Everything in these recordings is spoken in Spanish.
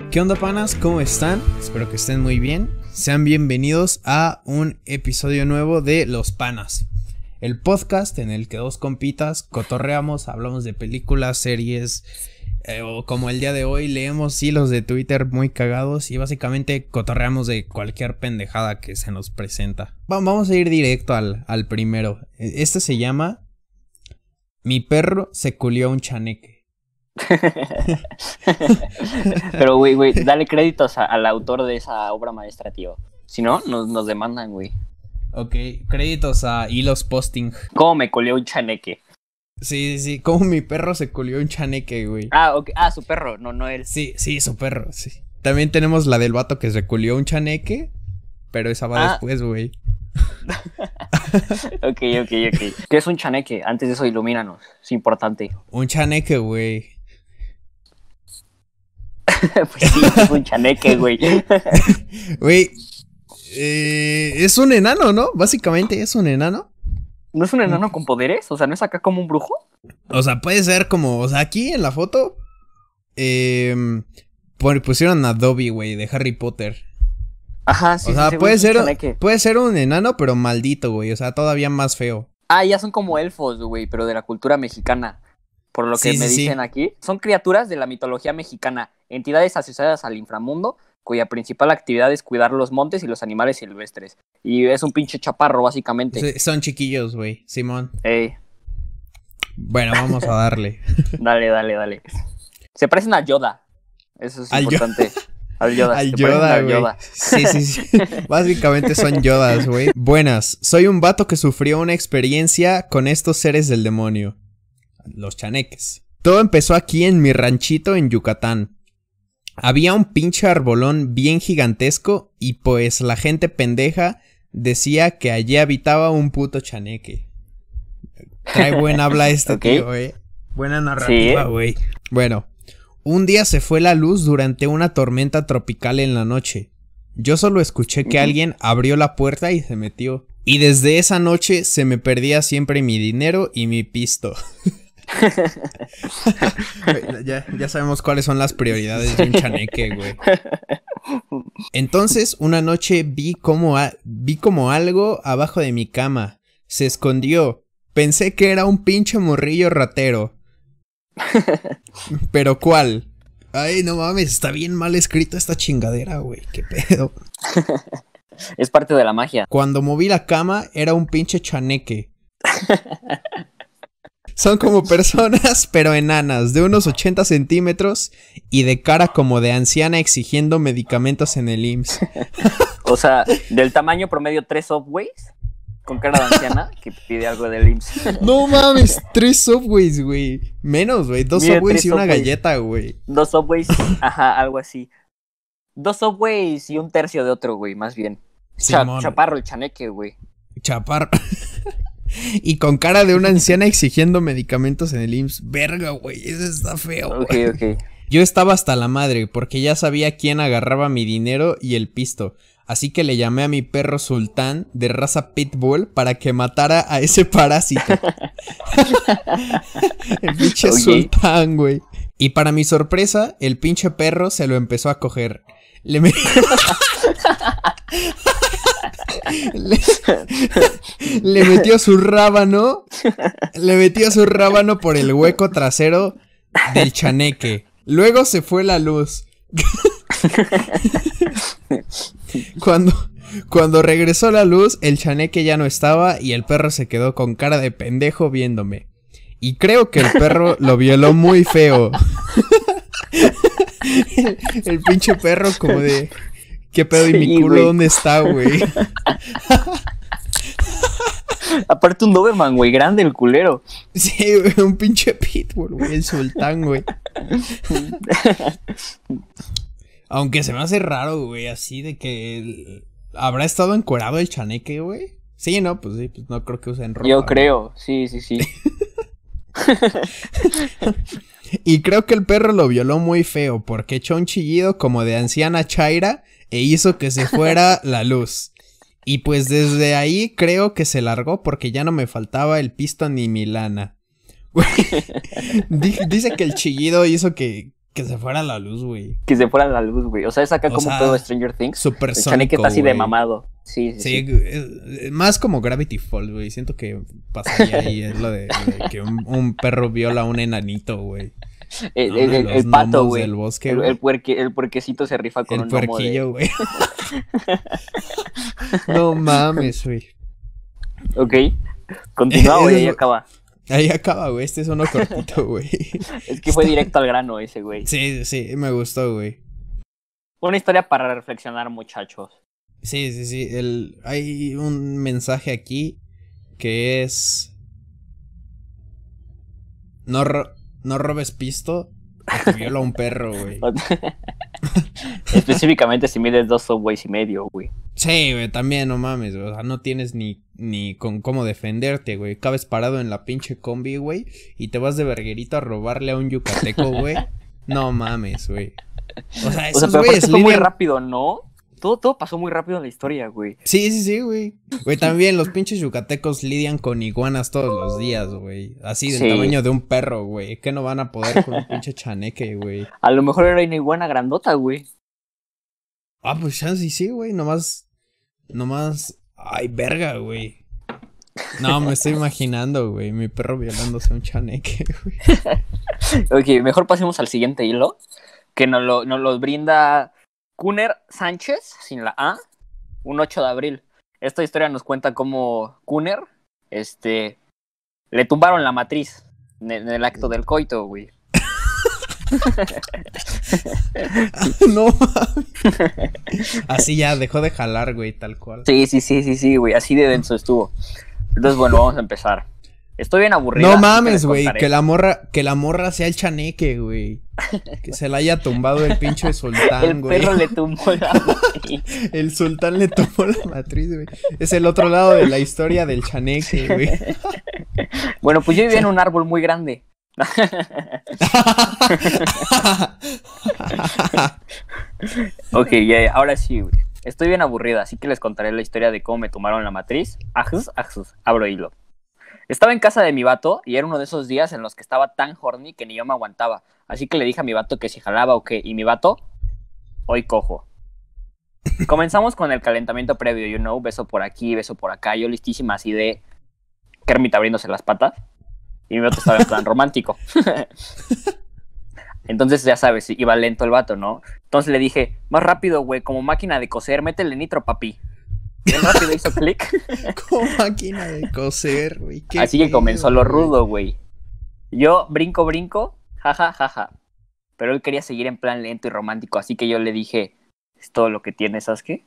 ¿Qué onda, panas? ¿Cómo están? Espero que estén muy bien. Sean bienvenidos a un episodio nuevo de Los Panas, el podcast en el que dos compitas cotorreamos, hablamos de películas, series, o como el día de hoy leemos hilos de Twitter muy cagados y básicamente cotorreamos de cualquier pendejada que se nos presenta. Vamos a ir directo al primero. Este se llama Mi perro se culió un chaneque. Pero, güey, dale créditos al autor de esa obra maestra, tío. Si no, nos demandan, güey. Ok, créditos a Hilos Posting. ¿Cómo me coleó un chaneque? Sí, como mi perro se culió un chaneque, güey. Ah, ok, su perro, no él. Sí, su perro, sí. También tenemos la del vato que se culió un chaneque, pero esa va después, güey. Ok. ¿Qué es un chaneque? Antes de eso, ilumínanos, es importante. Un chaneque, güey. Pues sí, es un chaneque, güey. Güey, es un enano, ¿no? Básicamente es un enano. ¿No es un enano con poderes? O sea, ¿no es acá como un brujo? O sea, puede ser como, o sea, aquí en la foto pusieron a Dobby, güey, de Harry Potter. Ajá, sí. O sea, sí, puede ser un enano, pero maldito, güey, o sea, todavía más feo. Ah, ya son como elfos, güey, pero de la cultura mexicana. Por lo que me dicen aquí, son criaturas de la mitología mexicana, entidades asociadas al inframundo, cuya principal actividad es cuidar los montes y los animales silvestres. Y es un pinche chaparro, básicamente. Sí, son chiquillos, güey, Simón. Bueno, vamos a darle. Dale. Se parecen a Yoda. Eso es importante. Al Yoda. Al Yoda, güey. Sí. Básicamente son Yodas, güey. Buenas, soy un vato que sufrió una experiencia con estos seres del demonio. Los chaneques. Todo empezó aquí en mi ranchito en Yucatán. Había un pinche arbolón bien gigantesco y pues la gente pendeja decía que allí habitaba un puto chaneque. Trae buen habla tío, Buena narrativa, güey. Sí. Bueno, un día se fue la luz durante una tormenta tropical en la noche. Yo solo escuché que alguien abrió la puerta y se metió. Y desde esa noche se me perdía siempre mi dinero y mi pisto. ya sabemos cuáles son las prioridades de un chaneque, güey. Entonces, una noche vi como algo abajo de mi cama. Se escondió. Pensé que era un pinche morrillo ratero. ¿Pero cuál? Ay, no mames, está bien mal escrito esta chingadera, güey. ¿Qué pedo? Es parte de la magia. Cuando moví la cama, era un pinche chaneque. Son como personas, pero enanas, de unos 80 centímetros y de cara como de anciana exigiendo medicamentos en el IMSS. O sea, del tamaño promedio 3 Subways, con cara de anciana que pide algo del IMSS. No mames, 3 Subways, güey. Menos, güey, 2 Subways y una galleta, güey. 2 Subways, ajá, algo así. 2 Subways y un tercio de otro, güey, más bien. Chaparro el chaneque, güey. Chaparro. Y con cara de una anciana exigiendo medicamentos en el IMSS. Verga, güey, eso está feo, güey. Ok. Yo estaba hasta la madre, porque ya sabía quién agarraba mi dinero y el pisto. Así que le llamé a mi perro Sultán, de raza Pitbull, para que matara a ese parásito. El pinche Sultán, güey. Y para mi sorpresa, el pinche perro se lo empezó a coger. Le metió su rábano. Le metió su rábano por el hueco trasero del chaneque. Luego se fue la luz. Cuando regresó la luz, el chaneque ya no estaba y el perro se quedó con cara de pendejo viéndome. Y creo que el perro lo violó muy feo. El pinche perro como de... ¿Qué pedo? ¿Y mi culo dónde está, güey? Aparte un Doberman, güey, grande el culero. Sí, güey, un pinche pitbull, güey, el Sultán, güey. Aunque se me hace raro, güey, así de que... ¿Habrá estado encuerado el chaneque, güey? Sí, no, pues sí, pues no creo que usen ropa. Yo creo, sí. Y creo que el perro lo violó muy feo porque echó un chillido como de anciana chaira e hizo que se fuera la luz. Y pues desde ahí creo que se largó porque ya no me faltaba el pisto ni mi lana. Dice que el chillido hizo que Que se fuera la luz, güey. Que se fuera la luz, güey. O sea, es acá como todo Stranger Things. Super el chaneque está así wey. de mamado. Sí. Más como Gravity Falls, güey. Siento que pasaría ahí. Es lo de que un perro viola a un enanito, güey. El pato, güey. Del bosque, el puerquecito se rifa con un gnomo. El puerquillo, güey. No mames, güey. Ok. Continúa, güey, ahí acaba. Ahí acaba, güey. Este es uno cortito, güey. Es que fue directo al grano ese, güey. Sí, me gustó, güey. Una historia para reflexionar, muchachos. Sí. Hay un mensaje aquí que es... No robes pisto o te viola un perro, güey. Específicamente si mides 2 Subways y medio, güey. Sí, güey, también, no mames, güey. O sea, no tienes ni con cómo defenderte, güey. Cabes parado en la pinche combi, güey, y te vas de verguerito a robarle a un yucateco, güey. No mames, güey. O sea, esos güeyes fue muy rápido, ¿no? Todo pasó muy rápido en la historia, güey. Sí, güey. Güey, también los pinches yucatecos lidian con iguanas todos los días, güey. Así del tamaño de un perro, güey. ¿Qué no van a poder con un pinche chaneque, güey? A lo mejor era una iguana grandota, güey. Ah, pues chance sí, güey. Nomás. Ay, verga, güey. No, me estoy imaginando, güey. Mi perro violándose a un chaneque, güey. Ok, mejor pasemos al siguiente hilo. Que nos los brinda Kuner Sánchez, sin la A, un 8 de abril. Esta historia nos cuenta cómo Kuner, le tumbaron la matriz en el acto del coito, güey. No mames. Así ya dejó de jalar, güey, tal cual. Sí, güey, así de denso estuvo. Entonces, bueno, vamos a empezar. Estoy bien aburrida. No mames, güey, que la morra sea el chaneque, güey. Que se la haya tumbado el pinche sultán, güey. El perro le tumbó la matriz. El sultán le tumbó la matriz, güey. Es el otro lado de la historia del chaneque, güey. Bueno, pues yo vivía en un árbol muy grande. Ok, ahora sí, güey. Estoy bien aburrida, así que les contaré la historia de cómo me tumbaron la matriz. Ajus, abro hilo. Estaba en casa de mi vato y era uno de esos días en los que estaba tan horny que ni yo me aguantaba. Así que le dije a mi vato que si jalaba o qué. Y mi vato, hoy cojo. Comenzamos con el calentamiento previo, beso por aquí, beso por acá. Yo listísima así de Kermit abriéndose las patas. Y mi vato estaba en plan romántico. Entonces, ya sabes, iba lento el vato, ¿no? Entonces le dije, más rápido, güey, como máquina de coser, métele nitro, papi. Bien rápido hizo clic. Como máquina de coser, güey. Así que comenzó lo rudo, güey. Yo brinco, jaja. Pero él quería seguir en plan lento y romántico, así que yo le dije, es todo lo que tienes, ¿Sasuke?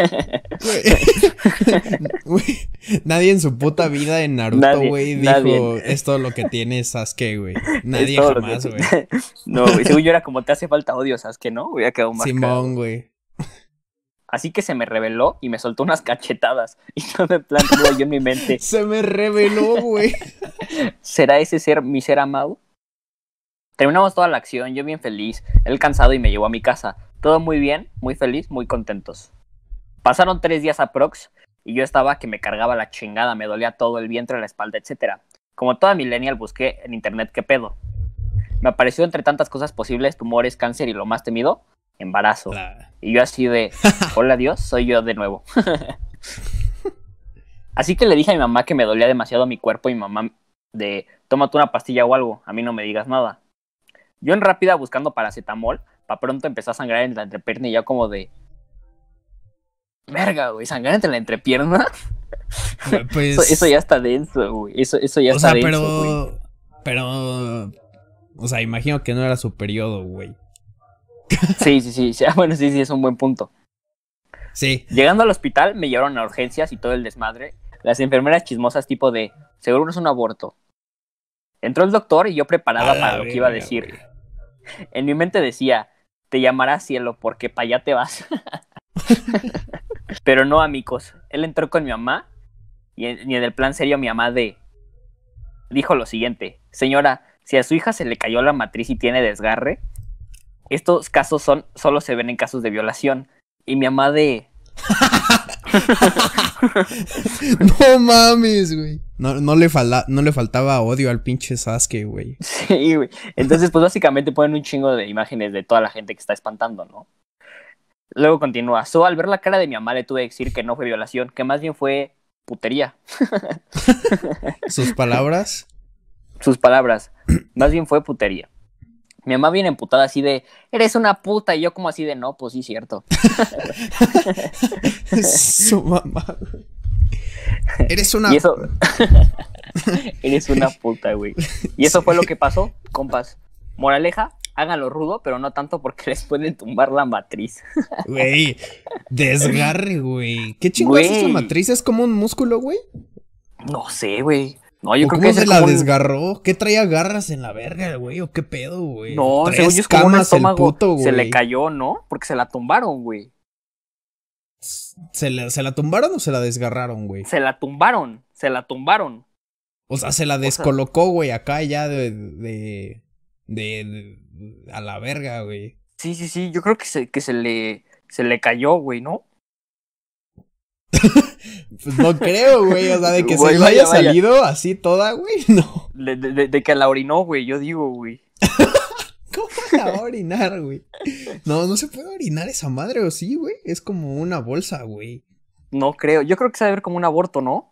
Güey, nadie en su puta vida en Naruto, güey, dijo, es todo lo que tienes, Sasuke, güey. Nadie jamás, güey. No, güey, según yo era como te hace falta odio, Sasuke, ¿no? Hubiera quedado marcado. Simón, güey. Así que se me reveló y me soltó unas cachetadas. Y todo en plan, yo en mi mente. Se me reveló, güey. ¿Será ese ser mi ser amado? Terminamos toda la acción, yo bien feliz, él cansado y me llevó a mi casa. Todo muy bien, muy feliz, muy contentos. Pasaron 3 días aprox y yo estaba que me cargaba la chingada, me dolía todo el vientre, la espalda, etc. Como toda millennial busqué en internet qué pedo. Me apareció entre tantas cosas posibles, tumores, cáncer y lo más temido, embarazo. Y yo así de, hola Dios, soy yo de nuevo. Así que le dije a mi mamá que me dolía demasiado mi cuerpo y mi mamá de, tómate una pastilla o algo, a mí no me digas nada. Yo en rápida buscando paracetamol, pa' pronto empezó a sangrar en la entrepierna y yo como de, verga, güey, sangrar entre la entrepierna. Pues... eso ya está denso, güey, eso ya está denso, güey. Pero, o sea, imagino que no era su periodo, güey. Sí, bueno, sí, es un buen punto. Sí. Llegando al hospital me llevaron a urgencias y todo el desmadre. Las enfermeras chismosas tipo de, seguro no es un aborto. Entró el doctor y yo preparada para lo que iba a decir. Güey. En mi mente decía, te llamará cielo porque para allá te vas. Pero no, amigos. Él entró con mi mamá y en el plan serio mi mamá dijo lo siguiente, señora, si a su hija se le cayó la matriz y tiene desgarre, estos casos solo se ven en casos de violación. Y mi mamá No mames, güey. No le faltaba odio al pinche Sasuke, güey. Sí, güey. Entonces, pues básicamente ponen un chingo de imágenes de toda la gente que está espantando, ¿no? Luego continúa. Al ver la cara de mi mamá le tuve que decir que no fue violación, que más bien fue putería. ¿Sus palabras? Sus palabras. Más bien fue putería. Mi mamá viene emputada así de, eres una puta. Y yo como así de, no, pues sí, cierto. Su mamá, güey. Eres una... Y eso... Eres una puta, güey. Y eso fue lo que pasó, compas. Moraleja, háganlo rudo, pero no tanto porque les pueden tumbar la matriz. Güey, desgarre, güey. ¿Qué chingados es la matriz? ¿Es como un músculo, güey? No sé, güey. No, yo creo ¿Cómo que se la desgarró? ¿Qué traía garras en la verga, güey? ¿O qué pedo, güey? No, según yo es como un estómago. Se le cayó, ¿no? Porque se la tumbaron, güey. ¿Se la tumbaron o se la desgarraron, güey? Se la tumbaron. O sea, se la descolocó, güey, acá ya a la verga, güey. Sí. Yo creo que se le cayó, güey, ¿no? Pues no creo, güey. O sea, de que güey, se le haya salido así toda, güey, no. De que la orinó, güey, yo digo, güey. ¿Cómo la va a orinar, güey? No se puede orinar esa madre, ¿o sí, güey? Es como una bolsa, güey. No creo. Yo creo que se debe ver como un aborto, ¿no?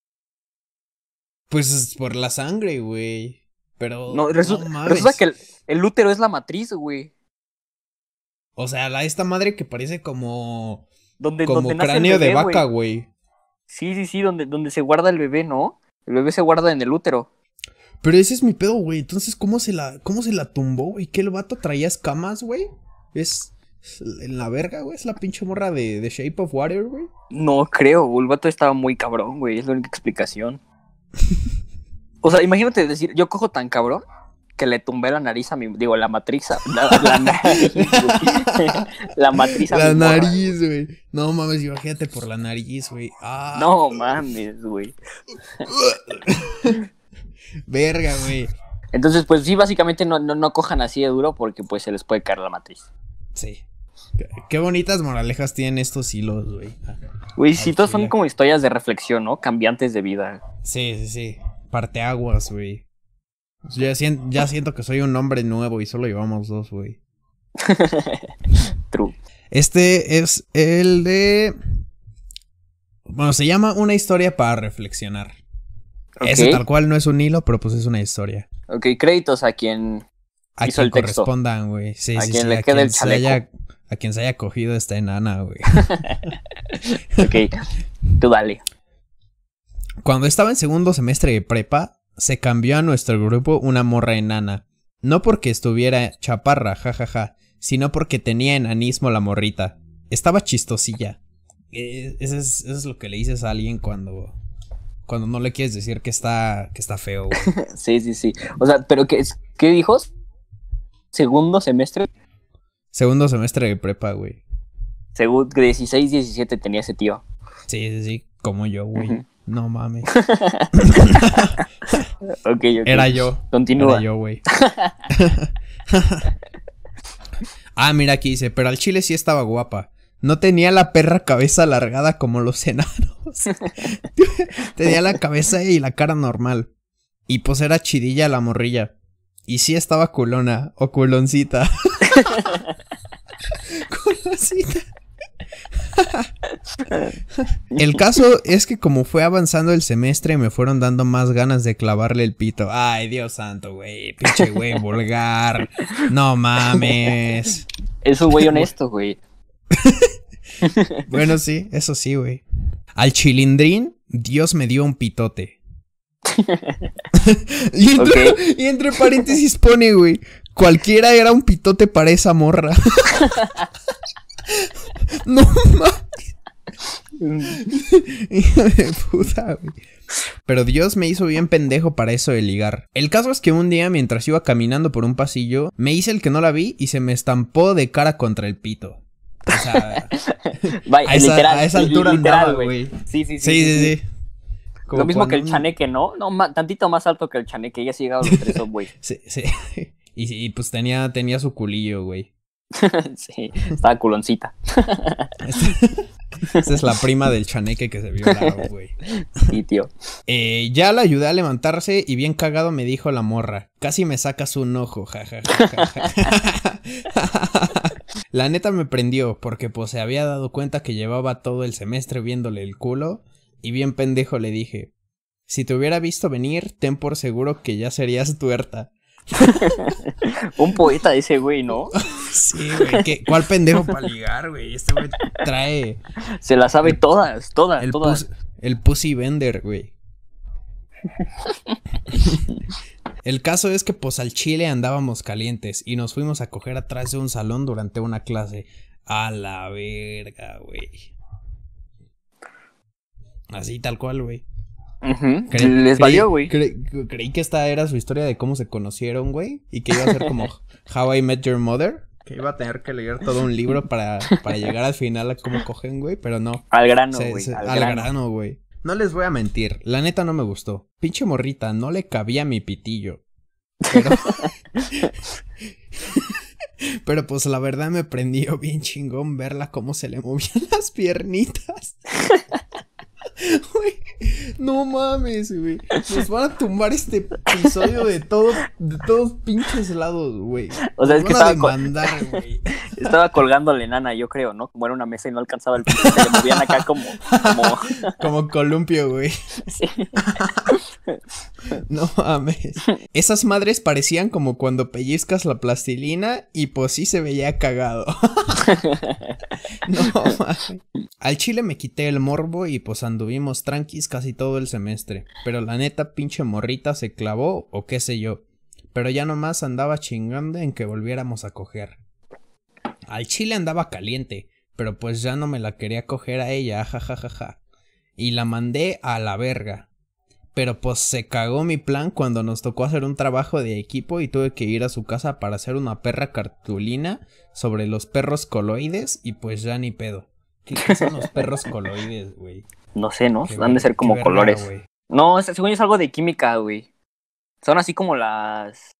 Pues por la sangre, güey. Pero no resulta que el útero es la matriz, güey. O sea, esta madre que parece como donde cráneo bebé, de vaca, güey. Sí, donde se guarda el bebé, ¿no? El bebé se guarda en el útero. Pero ese es mi pedo, güey. Entonces, ¿cómo se la tumbó, güey? ¿Qué el vato traía escamas, güey? Es en la verga, güey. Es la pinche morra de Shape of Water, güey. No creo, el vato estaba muy cabrón, güey. Es la única explicación. O sea, imagínate decir, yo cojo tan cabrón que le tumbé la nariz a mi... Digo, la matriz. La nariz, güey. La matriz a la mi nariz, güey. No mames, imagínate por la nariz, güey. Ah. No mames, güey. Verga, güey. Entonces, pues sí, básicamente no cojan así de duro porque pues se les puede caer la matriz. Sí. Qué bonitas moralejas tienen estos hilos, güey. Güey, sí, todos son como historias de reflexión, ¿no? Cambiantes de vida. Sí. Parteaguas, güey. Ya siento que soy un hombre nuevo y solo llevamos 2, güey. True. Este es el de... Bueno, se llama Una historia para reflexionar. Okay. Ese tal cual no es un hilo, pero pues es una historia. Ok, créditos a quien hizo el texto. Correspondan, güey. Sí, a quien le quede el chaleco. A quien se haya cogido esta enana, güey. Ok, tú dale. Cuando estaba en segundo semestre de prepa, se cambió a nuestro grupo una morra enana. No porque estuviera chaparra, jajaja, sino porque tenía enanismo la morrita. Estaba chistosilla. Eso es lo que le dices a alguien cuando no le quieres decir que está feo, güey. Sí. O sea, pero ¿qué dijo? ¿Segundo semestre? Segundo semestre de prepa, güey. 16, 17 tenía ese tío. Sí, como yo, güey. Uh-huh. No mames. Okay. Era yo. Continúa. Era yo, güey. Ah, mira aquí dice, pero al chile sí estaba guapa. No tenía la perra cabeza alargada como los enanos. Tenía la cabeza y la cara normal. Y pues era chidilla la morrilla. Y sí estaba culona o culoncita. Culoncita. El caso es que como fue avanzando el semestre me fueron dando más ganas de clavarle el pito. Ay, Dios santo, güey. Pinche güey vulgar. No mames. Es un güey honesto, güey. Bueno, sí, eso sí, güey. Al chilindrín, Dios me dio un pitote. y entre paréntesis pone, güey, cualquiera era un pitote para esa morra. No mames. Hijo de puta, güey. Pero Dios me hizo bien pendejo para eso de ligar. El caso es que un día, mientras iba caminando por un pasillo, me hice el que no la vi y se me estampó de cara contra el pito. O sea, vaya, a esa altura andaba, güey. Sí. Lo mismo que el chaneque, ¿no? No, tantito más alto que el chaneque. Ya se llegaba a los 3, güey. Sí. Y pues tenía su culillo, güey. Sí, estaba culoncita. Esa es la prima del chaneque que se violaron, güey. Sí, tío. Ya la ayudé a levantarse y bien cagado me dijo la morra. Casi me sacas un ojo, jajaja. La neta me prendió porque pues se había dado cuenta que llevaba todo el semestre viéndole el culo y bien pendejo le dije, si te hubiera visto venir, ten por seguro que ya serías tuerta. Un poeta ese güey, ¿no? Sí, güey, ¿cuál pendejo para ligar, güey? Este güey trae... Se las sabe todas. El pussy vender, güey. El caso es que pues al chile andábamos calientes y nos fuimos a coger atrás de un salón durante una clase. A la verga, güey. Así tal cual, güey. Les valió, güey. Creí que esta era su historia de cómo se conocieron, güey. Y que iba a ser como How I Met Your Mother. Que iba a tener que leer todo un libro para llegar al final a cómo cogen, güey. Pero no. Al grano, güey. Al grano, güey. No les voy a mentir. La neta no me gustó. Pinche morrita, no le cabía mi pitillo. Pero pues la verdad me prendió bien chingón verla cómo se le movían las piernitas. Güey, no mames, güey. Nos van a tumbar este episodio de todos pinches lados, güey. O sea, es que estaba colgando la enana, yo creo, ¿no? Como era una mesa y no alcanzaba el piso, se le movían acá como columpio, güey. Sí. No mames. Esas madres parecían como cuando pellizcas la plastilina y pues sí se veía cagado. No mames. Al chile me quité el morbo y pues anduvimos tranquis casi todo el semestre. Pero la neta pinche morrita se clavó o qué sé yo. Pero ya nomás andaba chingando en que volviéramos a coger. Al chile andaba caliente, pero pues ya no me la quería coger a ella, jajajaja. Y la mandé a la verga. Pero pues se cagó mi plan cuando nos tocó hacer un trabajo de equipo y tuve que ir a su casa para hacer una perra cartulina sobre los perros coloides y pues ya ni pedo. ¿Qué son los perros coloides, güey? No sé, ¿no? Han de ser como colores. Verga, no, según yo es algo de química, güey. Son así como las...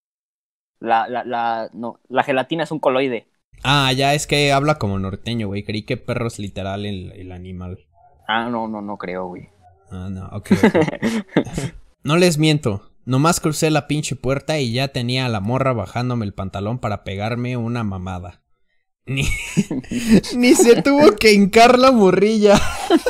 La gelatina es un coloide. Ah, ya, es que habla como norteño, güey. Creí que perro es literal el animal. Ah, no creo, güey. Ah, no, ok. No les miento. Nomás crucé la pinche puerta y ya tenía a la morra bajándome el pantalón para pegarme una mamada. Ni se tuvo que hincar la morrilla.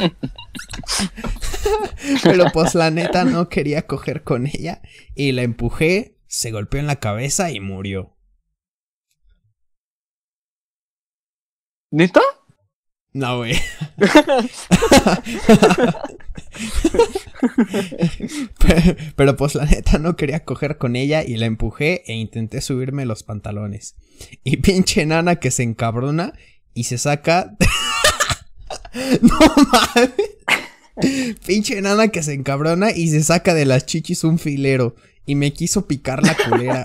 Pero pues la neta no quería coger con ella y la empujé, se golpeó en la cabeza y murió. ¿Neta? No, güey. Pero pues la neta no quería coger con ella y la empujé e intenté subirme los pantalones. Y pinche nana que se encabrona y se saca... No mames. Pinche nana que se encabrona y se saca de las chichis un filero y me quiso picar la culera.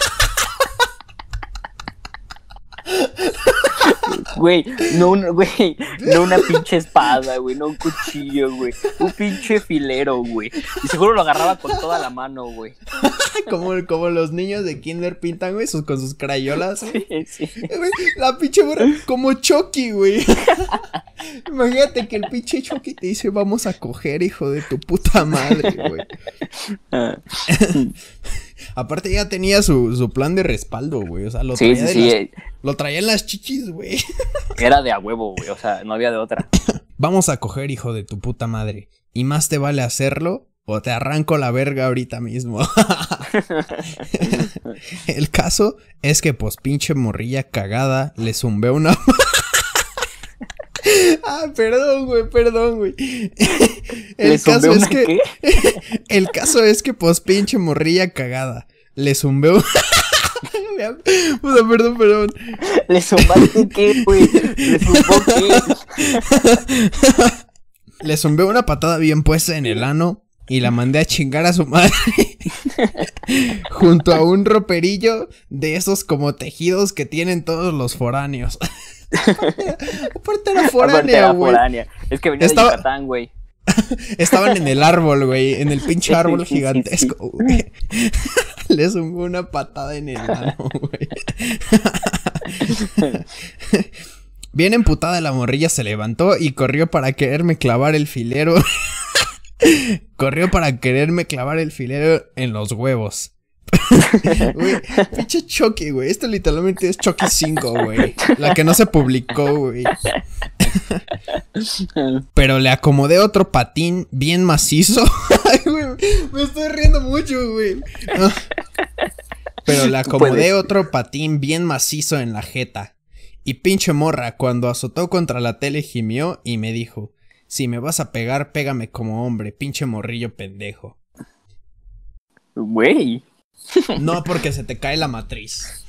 Güey, no una pinche espada, güey, no un cuchillo, güey, un pinche filero, güey, y seguro lo agarraba con toda la mano, güey. Como los niños de kinder pintan, güey, con sus crayolas, güey. Sí. Güey, la pinche morra, como Chucky, güey. Imagínate que el pinche Chucky te dice, vamos a coger, hijo de tu puta madre, güey. Aparte ya tenía su plan de respaldo, güey, o sea, lo traía en las chichis, güey. Era de a huevo, güey, o sea, no había de otra. Vamos a coger, hijo de tu puta madre. Y más te vale hacerlo o te arranco la verga ahorita mismo. El caso es que pues pinche morrilla cagada le zumbé una... Ah, perdón, güey. El caso es que pues pinche morrilla cagada le zumbé una... Puta, perdón. ¿Le zumbaste qué, güey? ¿Le zumbó qué? Le zumbé una patada bien puesta en el ano y la mandé a chingar a su madre. Junto a un roperillo de esos como tejidos que tienen todos los foráneos. Aparte era foránea, güey. Es que venía de Yucatán, güey. Estaban en el árbol, güey. En el pinche árbol gigantesco, güey. Le zumbó una patada en el ano, güey. Bien emputada la morrilla se levantó y corrió para quererme clavar el filero. Corrió para quererme clavar el filero en los huevos. Güey, pinche Chucky, güey. Esto literalmente es Chucky 5, güey. La que no se publicó, güey. Pero le acomodé otro patín bien macizo. Ay, güey, me estoy riendo mucho, güey. Pero le acomodé otro patín bien macizo en la jeta. Y pinche morra, cuando azotó contra la tele gimió y me dijo: si me vas a pegar, pégame como hombre, pinche morrillo pendejo. Güey. No, porque se te cae la matriz.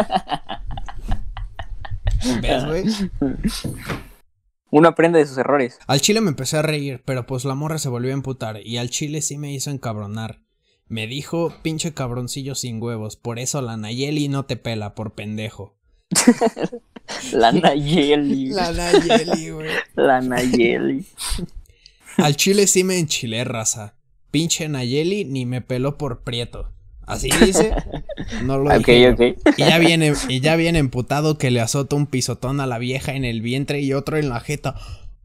¿Ves, güey? Uno aprende de sus errores. Al chile me empecé a reír, pero pues la morra se volvió a emputar. Y al chile sí me hizo encabronar. Me dijo: pinche cabroncillo sin huevos, por eso la Nayeli no te pela, por pendejo. La Nayeli. La Nayeli, güey. La Nayeli. Al chile sí me enchilé, raza. Pinche Nayeli ni me peló por prieto. Así dice. No lo dije. Ok. Y ya viene emputado que le azota un pisotón a la vieja en el vientre y otro en la jeta.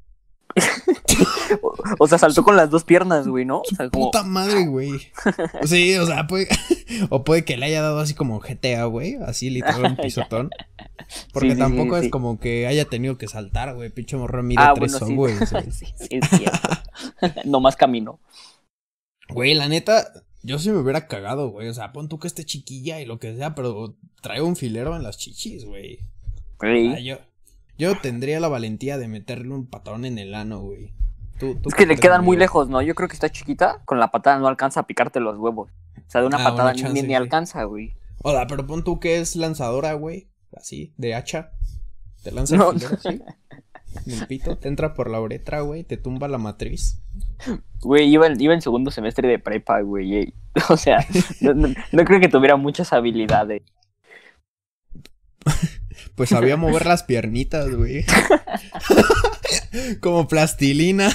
O sea, saltó con las dos piernas, güey, ¿no? O sea, como... Puta madre, güey. Sí, o sea, puede que le haya dado así como GTA, güey. Así literal un pisotón. Porque sí, tampoco es como que haya tenido que saltar, güey. Pinche morro mide 3 bueno, güey. Sí, es cierto. No más camino. Güey, la neta, yo sí me hubiera cagado, güey. O sea, pon tú que esté chiquilla y lo que sea, pero trae un filero en las chichis, güey. Sí. Yo tendría la valentía de meterle un patón en el ano, güey. Es que le quedan muy lejos, ¿no? Yo creo que está chiquita, con la patada no alcanza a picarte los huevos. O sea, de una patada ni alcanza, güey. Hola, pero pon tú que es lanzadora, güey. Así, de hacha. Te lanza el filero, ¿sí? En el pito, te entra por la uretra, güey, te tumba la matriz. Güey, iba en segundo semestre de prepa, güey. O sea, no creo que tuviera muchas habilidades. Pues sabía mover las piernitas, güey. Como plastilina.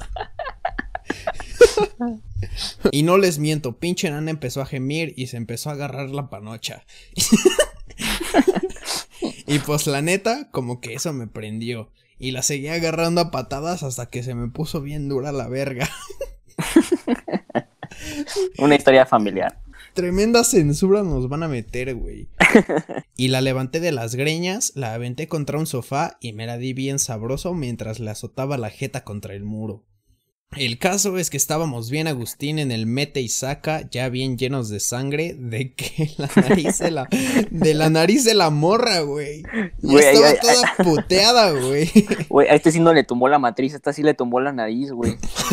Y no les miento, pinche nana empezó a gemir y se empezó a agarrar la panocha. Y pues la neta, como que eso me prendió. Y la seguía agarrando a patadas hasta que se me puso bien dura la verga. Una historia familiar. Tremenda censura nos van a meter, güey. Y la levanté de las greñas, la aventé contra un sofá y me la di bien sabroso mientras le azotaba la jeta contra el muro. El caso es que estábamos bien Agustín en el mete y saca, ya bien llenos de sangre, de que la nariz de la morra, güey. Ya estaba toda puteada, güey. Güey, a este sí no le tumbó la matriz, a esta sí le tumbó la nariz, güey.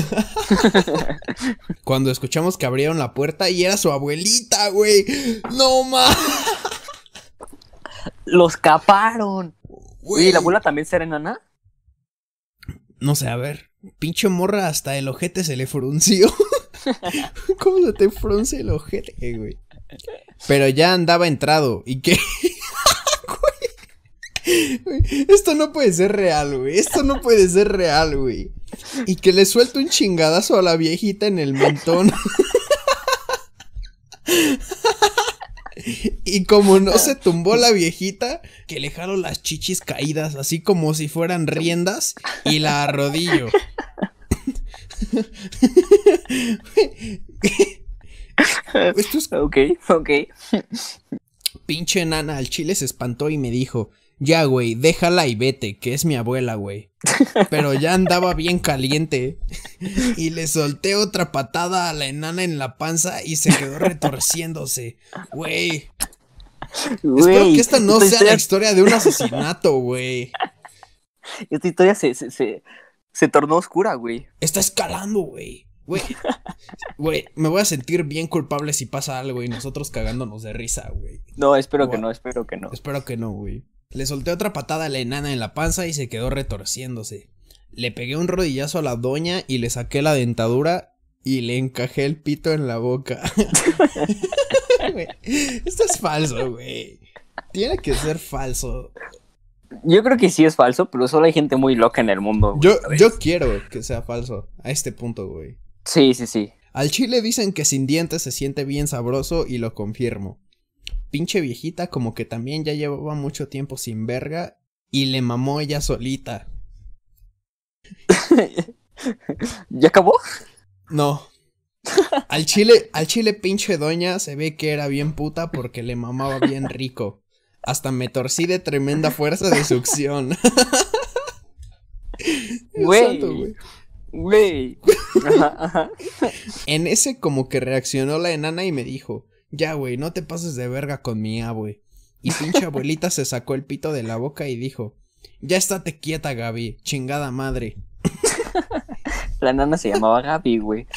Cuando escuchamos que abrieron la puerta y era su abuelita, güey. ¡No más! ¡Los caparon! Güey, ¿la abuela también será enana? No sé, a ver. Pinche morra, hasta el ojete se le frunció. ¿Cómo se te frunce el ojete, güey? Pero ya andaba entrado. ¿Y qué? Güey, esto no puede ser real, güey. Esto no puede ser real, güey. Y que le suelto un chingadazo a la viejita en el mentón. Y como no se tumbó la viejita, que le jalo las chichis caídas, así como si fueran riendas, y la arrodillo. Esto es... Ok. Pinche nana al chile se espantó y me dijo: ya, güey, déjala y vete, que es mi abuela, güey. Pero ya andaba bien caliente. Y le solté otra patada a la enana en la panza y se quedó retorciéndose. Güey. Espero que esta no sea la historia de un asesinato, güey. Esta historia se tornó oscura, güey. Está escalando, güey. Güey, me voy a sentir bien culpable si pasa algo y nosotros cagándonos de risa, güey. No, espero que no. Espero que no, güey. Le solté otra patada a la enana en la panza y se quedó retorciéndose. Le pegué un rodillazo a la doña y le saqué la dentadura y le encajé el pito en la boca. Güey, esto es falso, güey. Tiene que ser falso. Yo creo que sí es falso, pero solo hay gente muy loca en el mundo. Yo quiero que sea falso a este punto, güey. Sí. Al chile dicen que sin dientes se siente bien sabroso y lo confirmo. Pinche viejita como que también ya llevaba mucho tiempo sin verga y le mamó ella solita. ¿Ya acabó? No. Al chile pinche doña se ve que era bien puta porque le mamaba bien rico. Hasta me torcí de tremenda fuerza de succión. Güey. Ajá. En ese como que reaccionó la enana y me dijo, ya güey, no te pases de verga con mi abue. Y pinche abuelita se sacó el pito de la boca y dijo, ya estate quieta, Gaby, chingada madre. La nana se llamaba Gaby, güey.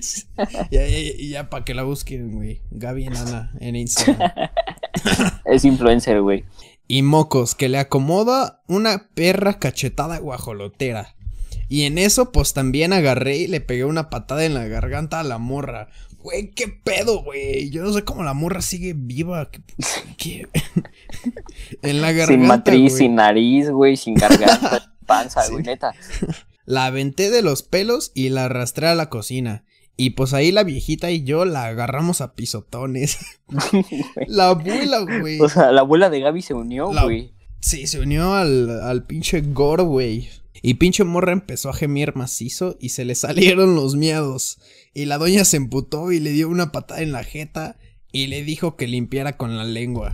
Ya para que la busquen, güey. Gaby enana en Instagram. Es influencer, güey. Y mocos, que le acomoda una perra cachetada guajolotera. Y en eso, pues también agarré y le pegué una patada en la garganta a la morra. Güey, qué pedo, güey. Yo no sé cómo la morra sigue viva. ¿Qué? En la garganta. Sin matriz, güey. Sin nariz, güey. Sin garganta, panza, güey, neta. La aventé de los pelos y la arrastré a la cocina. Y pues ahí la viejita y yo la agarramos a pisotones. La abuela, güey. O sea, la abuela de Gaby se unió, güey. Sí, se unió al pinche gore, güey. Y pinche morra empezó a gemir macizo y se le salieron los miados. Y la doña se emputó y le dio una patada en la jeta y le dijo que limpiara con la lengua.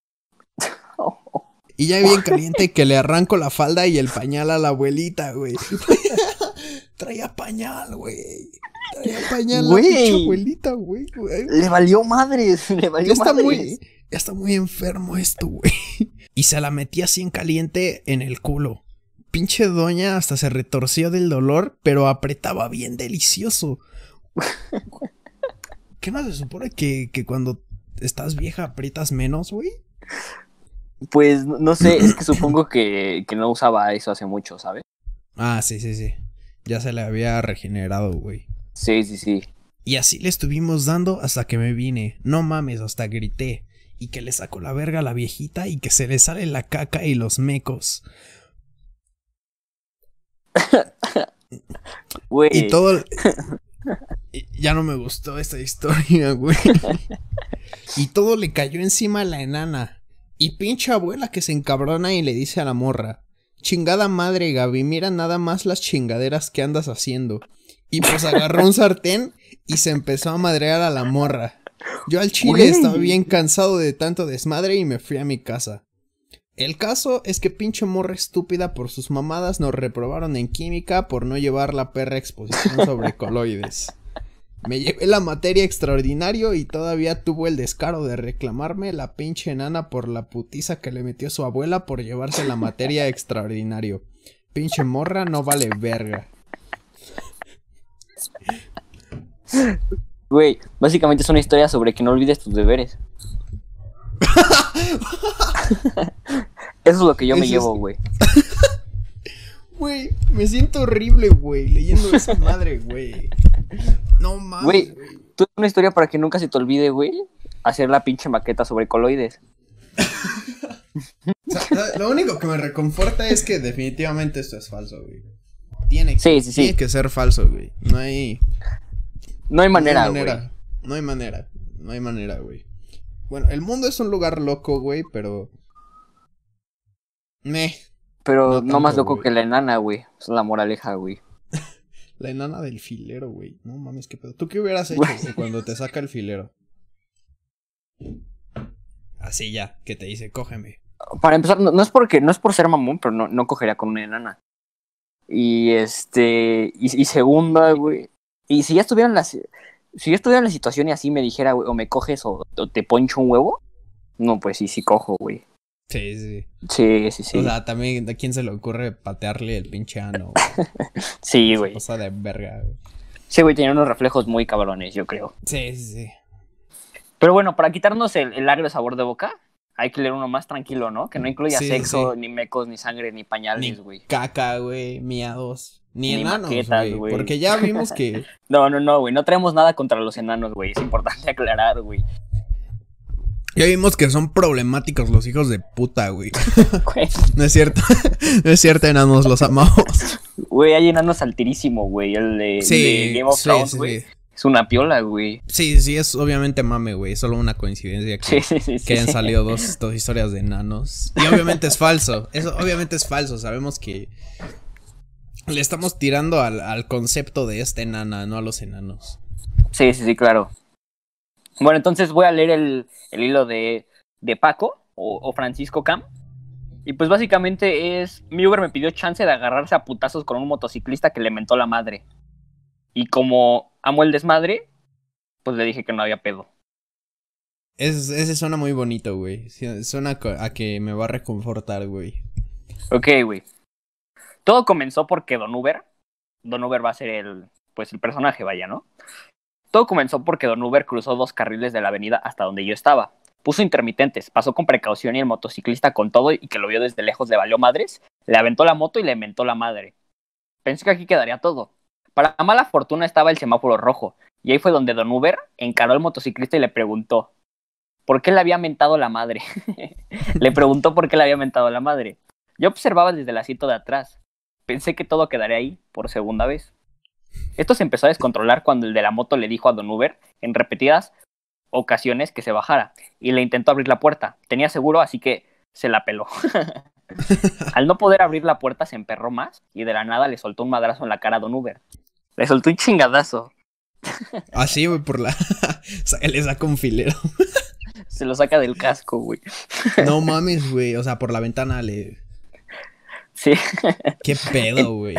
Y ya bien caliente que le arranco la falda y el pañal a la abuelita, güey. Traía pañal, güey. Traía pañal a la pinche abuelita, güey. Le valió madres, le valió madres. Ya está muy enfermo esto, güey. Y se la metí así en caliente en el culo. Pinche doña hasta se retorció del dolor, pero apretaba bien delicioso. ¿Qué no se supone que cuando estás vieja aprietas menos, güey? Pues no sé, es que supongo que no usaba eso hace mucho, ¿sabes? Ah, sí. Ya se le había regenerado, güey. Sí. Y así le estuvimos dando hasta que me vine. No mames, hasta grité. Y que le sacó la verga a la viejita y que se le sale la caca y los mecos. Güey. Y todo... Ya no me gustó esta historia, güey. Y todo le cayó encima a la enana. Y pinche abuela que se encabrona y le dice a la morra, chingada madre, Gaby, mira nada más las chingaderas que andas haciendo. Y pues agarró un sartén y se empezó a madrear a la morra. Yo al chile estaba bien cansado de tanto desmadre y me fui a mi casa. El caso es que pinche morra estúpida por sus mamadas nos reprobaron en química por no llevar la perra exposición sobre coloides. Me llevé la materia extraordinario y todavía tuvo el descaro de reclamarme la pinche enana por la putiza que le metió su abuela por llevarse la materia extraordinario. Pinche morra no vale verga. Güey, básicamente es una historia sobre que no olvides tus deberes. Eso es lo que yo me llevo, güey. Güey, me siento horrible, güey, leyendo esa madre, güey. No mames, güey. Tú es una historia para que nunca se te olvide, güey, hacer la pinche maqueta sobre coloides. O sea, lo único que me reconforta es que definitivamente esto es falso, güey. Tiene que ser falso, güey. No hay manera, güey. No hay manera, güey. Bueno, el mundo es un lugar loco, güey, pero... Pero no más loco, güey, que la enana, güey. Es la moraleja, güey. La enana del filero, güey. No mames, qué pedo. ¿Tú qué hubieras hecho cuando te saca el filero? Así ya, que te dice, cógeme. Para empezar, no es por ser mamón, pero no cogería con una enana. Y y segunda, güey. Y si ya estuviera en la situación y así me dijera, güey, o me coges o te poncho un huevo, no, pues sí cojo, güey. Sí. Sí. O sea, también, ¿a quién se le ocurre patearle el pinche ano? Sí, güey. Cosa de verga, güey. Sí, güey, tenía unos reflejos muy cabrones, yo creo. Sí. Pero bueno, para quitarnos el agrio sabor de boca, hay que leer uno más tranquilo, ¿no? Que no incluya sexo, ni mecos, ni sangre, ni pañales, güey. Ni caca, güey, miados. Ni enanos, maquetas, güey. Porque ya vimos que... No, güey, no traemos nada contra los enanos, güey. Es importante aclarar, güey. Ya vimos que son problemáticos los hijos de puta, güey. No es cierto. No es cierto, enanos, los amamos. Güey, hay enanos altísimos, güey. El de Game of Thrones, güey. Es una piola, güey. Sí, es obviamente mame, güey. Es solo una coincidencia que hayan salido dos historias de enanos. Y obviamente es falso. Eso obviamente es falso. Sabemos que le estamos tirando al concepto de esta enana, no a los enanos. Sí, claro. Bueno, entonces voy a leer el hilo de Paco o Francisco Cam. Y pues básicamente mi Uber me pidió chance de agarrarse a putazos con un motociclista que le mentó la madre. Y como amo el desmadre, pues le dije que no había pedo. Ese suena muy bonito, güey. Suena a que me va a reconfortar, güey. Ok, güey. Todo comenzó porque Don Uber va a ser el personaje, vaya, ¿no? Todo comenzó porque Don Uber cruzó 2 carriles de la avenida hasta donde yo estaba. Puso intermitentes, pasó con precaución y el motociclista con todo y que lo vio desde lejos le valió madres, le aventó la moto y le mentó la madre. Pensé que aquí quedaría todo. Para mala fortuna estaba el semáforo rojo, y ahí fue donde Don Uber encaró al motociclista y le preguntó ¿por qué le había mentado la madre? Le preguntó por qué le había mentado la madre. Yo observaba desde el asiento de atrás. Pensé que todo quedaría ahí, por segunda vez. Esto se empezó a descontrolar cuando el de la moto le dijo a Don Uber, en repetidas ocasiones, que se bajara, y le intentó abrir la puerta. Tenía seguro, así que se la peló. Al no poder abrir la puerta se emperró más, y de la nada le soltó un madrazo en la cara a Don Uber. Le soltó un chingadazo. Así, güey, le saca un filero. Se lo saca del casco, güey. No mames, güey, o sea, por la ventana le... Sí. Qué pedo, güey.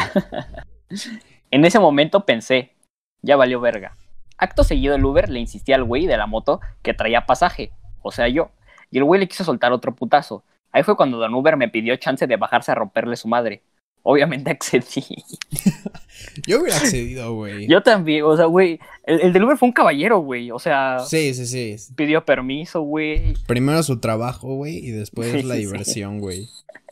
En ese momento pensé, ya valió verga. Acto seguido el Uber le insistía al güey de la moto que traía pasaje, o sea yo, y el güey le quiso soltar otro putazo. Ahí fue cuando Don Uber me pidió chance de bajarse a romperle su madre. Obviamente accedí. Yo hubiera accedido, güey. Yo también, o sea, güey, el del Uber fue un caballero, güey, o sea... Sí. Pidió permiso, güey. Primero su trabajo, güey, y después la diversión, güey.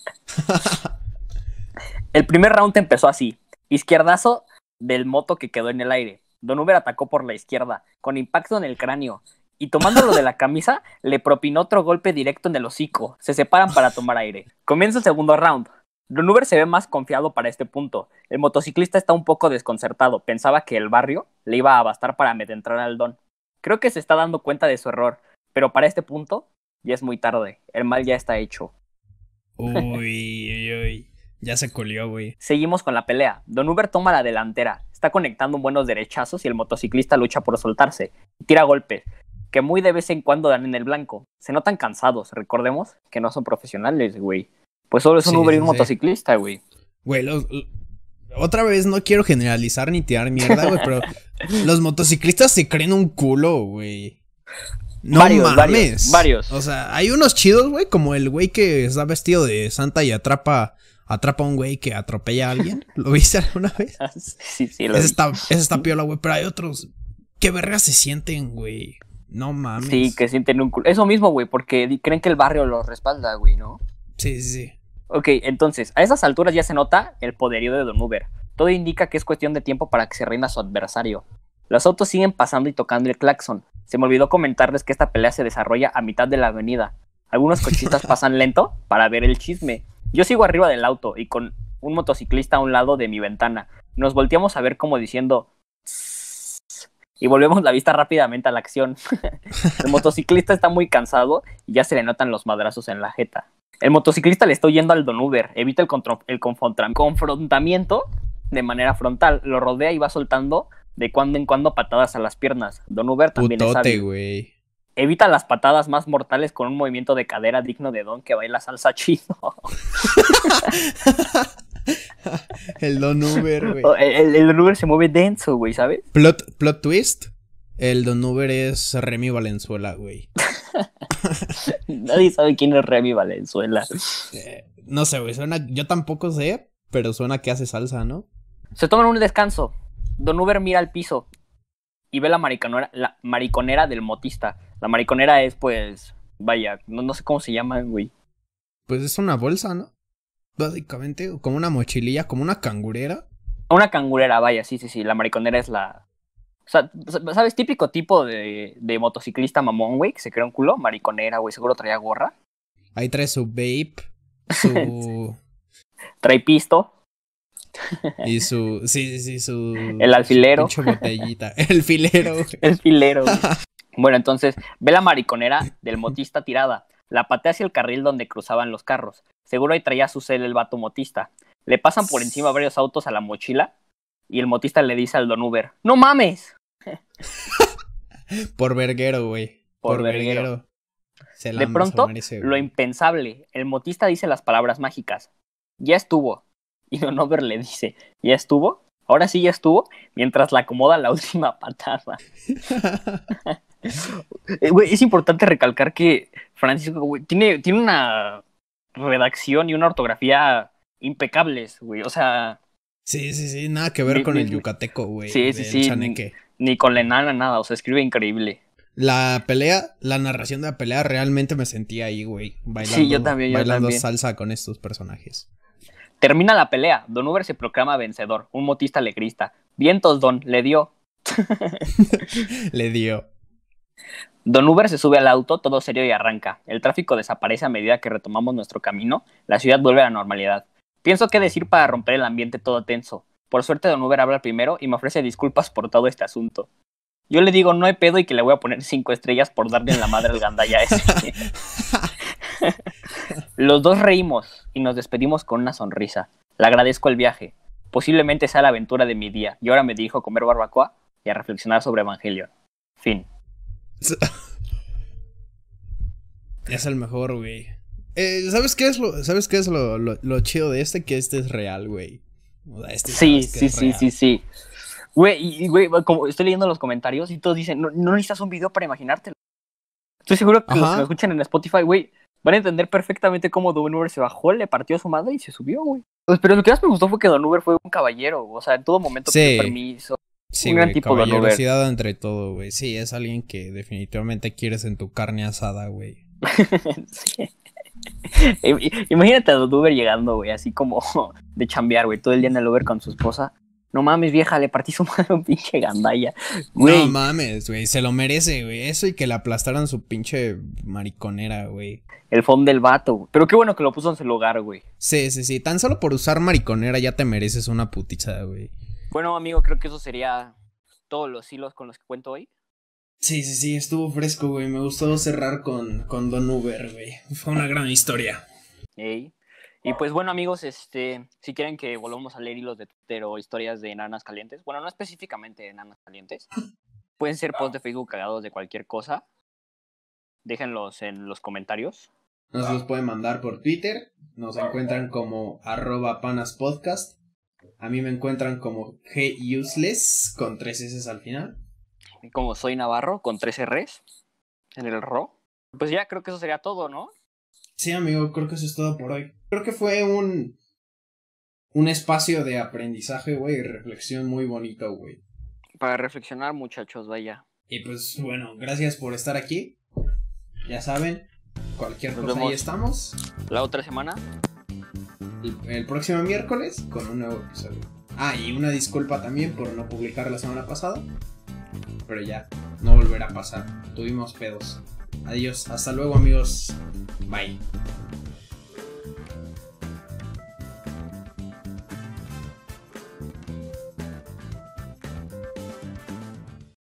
El primer round empezó así. Izquierdazo del moto que quedó en el aire. Don Uber atacó por la izquierda, con impacto en el cráneo, y tomándolo de la camisa, le propinó otro golpe directo en el hocico. Se separan para tomar aire. Comienza el segundo round. Don Uber se ve más confiado para este punto. El motociclista está un poco desconcertado. Pensaba que el barrio le iba a bastar para amedrentar al Don. Creo que se está dando cuenta de su error, pero para este punto ya es muy tarde. El mal ya está hecho. Uy. Ya se colió, güey. Seguimos con la pelea. Don Uber toma la delantera. Está conectando buenos derechazos y el motociclista lucha por soltarse. Tira golpes, que muy de vez en cuando dan en el blanco. Se notan cansados. Recordemos que no son profesionales, güey. Pues solo es un Uber y un motociclista, güey. Güey, otra vez no quiero generalizar ni tirar mierda, güey, pero los motociclistas se creen un culo, güey. No mames. Varios. O sea, hay unos chidos, güey, como el güey que está vestido de santa y atrapa a un güey que atropella a alguien. ¿Lo viste alguna vez? Sí, lo vi. Ese está piola, güey, pero hay otros. ¿Qué vergas se sienten, güey? No mames. Sí, que sienten un culo. Eso mismo, güey, porque creen que el barrio los respalda, güey, ¿no? Sí. Ok, entonces, a esas alturas ya se nota el poderío de Don Uber. Todo indica que es cuestión de tiempo para que se rinda su adversario. Los autos siguen pasando y tocando el claxon. Se me olvidó comentarles que esta pelea se desarrolla a mitad de la avenida. Algunos cochistas pasan lento para ver el chisme. Yo sigo arriba del auto y con un motociclista a un lado de mi ventana. Nos volteamos a ver como diciendo... y volvemos la vista rápidamente a la acción. El motociclista está muy cansado y ya se le notan los madrazos en la jeta. El motociclista le está huyendo al Don Uber, evita el confrontamiento de manera frontal, lo rodea y va soltando de cuando en cuando patadas a las piernas. Don Uber también es hábil. Güey. Evita las patadas más mortales con un movimiento de cadera digno de Don que baila salsa chido. El Don Uber, güey. El Don Uber se mueve denso, güey, ¿sabes? Plot twist. El Don Uber es Remy Valenzuela, güey. Nadie sabe quién es Remy Valenzuela. No sé, güey, suena... Yo tampoco sé, pero suena que hace salsa, ¿no? Se toman un descanso. Don Uber mira al piso y ve la mariconera del motista. La mariconera es, pues... Vaya, no sé cómo se llama, güey. Pues es una bolsa, ¿no? Básicamente, como una mochililla, como una cangurera. Una cangurera, vaya, sí. La mariconera es la... O sea, ¿sabes? Típico tipo de motociclista mamón, güey, que se crea un culo. Mariconera, güey, seguro traía gorra. Ahí trae su vape, su... Trae pisto. Y su El alfilero. Su pinche botellita. El filero. El filero. Bueno, entonces, ve la mariconera del motista tirada. La patea hacia el carril donde cruzaban los carros. Seguro ahí traía su cel el vato motista. Le pasan por encima varios autos a la mochila y el motista le dice al don Uber, ¡no mames! Por verguero, güey. Por verguero. De pronto, lo impensable. El motista dice las palabras mágicas. Ya estuvo. Y don Uber le dice, ¿ya estuvo? Ahora sí ya estuvo, mientras le acomoda la última patada. Güey, es importante recalcar que Francisco, güey, tiene una redacción y una ortografía impecables, güey. O sea... Sí, nada que ver con el yucateco, güey. Sí. Chaneque. Ni con la enana, nada. O sea, escribe increíble. La narración de la pelea, realmente me sentía ahí, güey. Bailando, sí, yo también. Salsa con estos personajes. Termina la pelea. Don Uber se proclama vencedor. Un motista le grita. Vientos, don, le dio. Le dio. Don Uber se sube al auto, todo serio, y arranca. El tráfico desaparece a medida que retomamos nuestro camino. La ciudad vuelve a la normalidad. Pienso qué decir para romper el ambiente todo tenso. Por suerte, Don Uber habla primero y me ofrece disculpas por todo este asunto. Yo le digo no hay pedo y que le voy a poner 5 estrellas por darle en la madre al gandalla ese. Los dos reímos y nos despedimos con una sonrisa. Le agradezco el viaje. Posiblemente sea la aventura de mi día. Y ahora me dirijo a comer barbacoa y a reflexionar sobre Evangelion. Fin. Es el mejor, güey. ¿Sabes qué es lo chido de este? Que este es real, güey. O sea, sí. Güey, como estoy leyendo los comentarios y todos dicen, no necesitas un video para imaginártelo. Estoy seguro que los que me escuchan en Spotify, güey, van a entender perfectamente cómo Don Uber se bajó, le partió a su madre y se subió, güey. Pues, pero lo que más me gustó fue que Don Uber fue un caballero, o sea, en todo momento pidió permiso. Sí, un gran tipo Don Uber. Caballerosidad entre todo, güey. Sí, es alguien que definitivamente quieres en tu carne asada, güey. Sí. Imagínate a Don Uber llegando, güey, así como de chambear, güey, todo el día en el Uber con su esposa. No mames, vieja, le partí su madre a un pinche gandalla. Güey. No mames, güey, se lo merece, güey. Eso y que le aplastaran su pinche mariconera, güey. El phone del vato, güey. Pero qué bueno que lo puso en su lugar, güey. Sí. Tan solo por usar mariconera ya te mereces una putiza, güey. Bueno, amigo, creo que eso sería todos los hilos con los que cuento hoy. Sí, estuvo fresco, güey. Me gustó cerrar con Don Uber, güey. Fue una gran historia. Ey. Y pues bueno, amigos, si quieren que volvamos a leer hilos de Twitter o historias de enanas calientes, bueno, no específicamente de enanas calientes, pueden ser posts de Facebook cagados de cualquier cosa. Déjenlos en los comentarios. Nos los pueden mandar por Twitter. Nos encuentran como @panaspodcast. A mí me encuentran como GUseless con 3 S al final. Y como Soy Navarro con 3 Rs en el RO. Pues ya creo que eso sería todo, ¿no? Sí, amigo, creo que eso es todo por hoy. Creo que fue un espacio de aprendizaje, güey, y reflexión muy bonito, güey. Para reflexionar, muchachos, vaya. Y pues, bueno, gracias por estar aquí. Ya saben, cualquier cosa ahí estamos. La otra semana. El próximo miércoles con un nuevo episodio. Ah, y una disculpa también por no publicar la semana pasada. Pero ya, no volverá a pasar. Tuvimos pedos. Adiós, hasta luego, amigos. Bye.